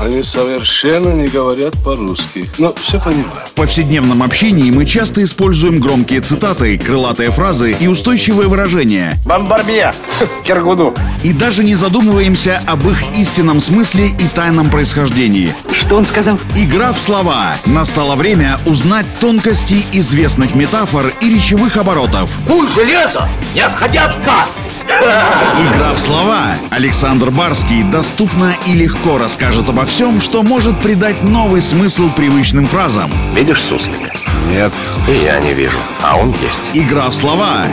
Они совершенно не говорят по-русски, но все понимаю. В повседневном общении мы часто используем громкие цитаты, крылатые фразы и устойчивые выражения. Бомбарбье, Киргуду. И даже не задумываемся об их истинном смысле и тайном происхождении. Что он сказал? Игра в слова. Настало время узнать тонкости известных метафор и речевых оборотов. Пуль железо, не отходя от кассы. Игра в слова. Александр Барский доступно и легко расскажет обо всем, что может придать новый смысл привычным фразам. Видишь суслика? Нет. И я не вижу, а он есть. Игра в слова.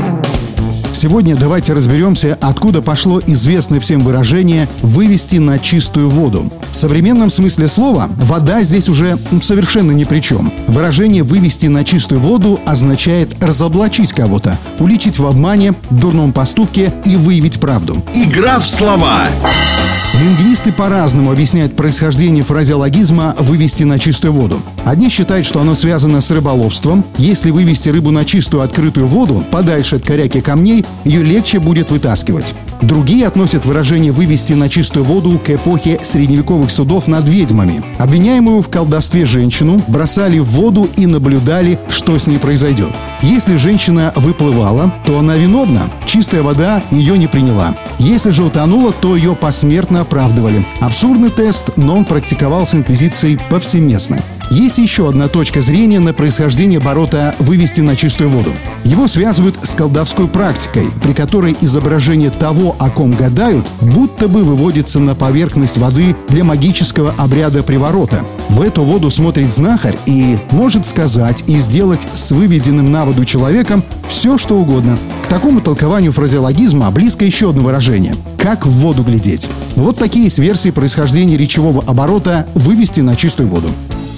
Сегодня давайте разберемся, откуда пошло известное всем выражение «вывести на чистую воду». В современном смысле слова вода здесь уже совершенно ни при чем. Выражение «вывести на чистую воду» означает разоблачить кого-то, уличить в обмане, дурном поступке и выявить правду. Игра в слова. Лингвисты по-разному объясняют происхождение фразеологизма «вывести на чистую воду». Одни считают, что оно связано с рыболовством. Если вывести рыбу на чистую открытую воду, подальше от коряк и камней, ее легче будет вытаскивать. Другие относят выражение «вывести на чистую воду» к эпохе средневековых судов над ведьмами. Обвиняемую в колдовстве женщину бросали в воду и наблюдали, что с ней произойдет. Если женщина выплывала, то она виновна. Чистая вода ее не приняла. Если же утонула, то ее посмертно оправдывали. Абсурдный тест, но он практиковался инквизицией повсеместно. Есть еще одна точка зрения на происхождение оборота «вывести на чистую воду». Его связывают с колдовской практикой, при которой изображение того, о ком гадают, будто бы выводится на поверхность воды для магического обряда приворота. В эту воду смотрит знахарь и может сказать и сделать с выведенным на воду человеком все, что угодно. К такому толкованию фразеологизма близко еще одно выражение – «как в воду глядеть». Вот такие есть версии происхождения речевого оборота «вывести на чистую воду».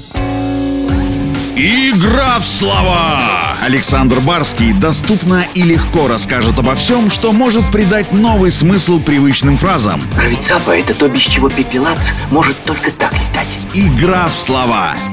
Игра в слова. Александр Барский доступно и легко расскажет обо всем, что может придать новый смысл привычным фразам. Равицапа — это то, без чего пепелац может только так летать. Игра в слова.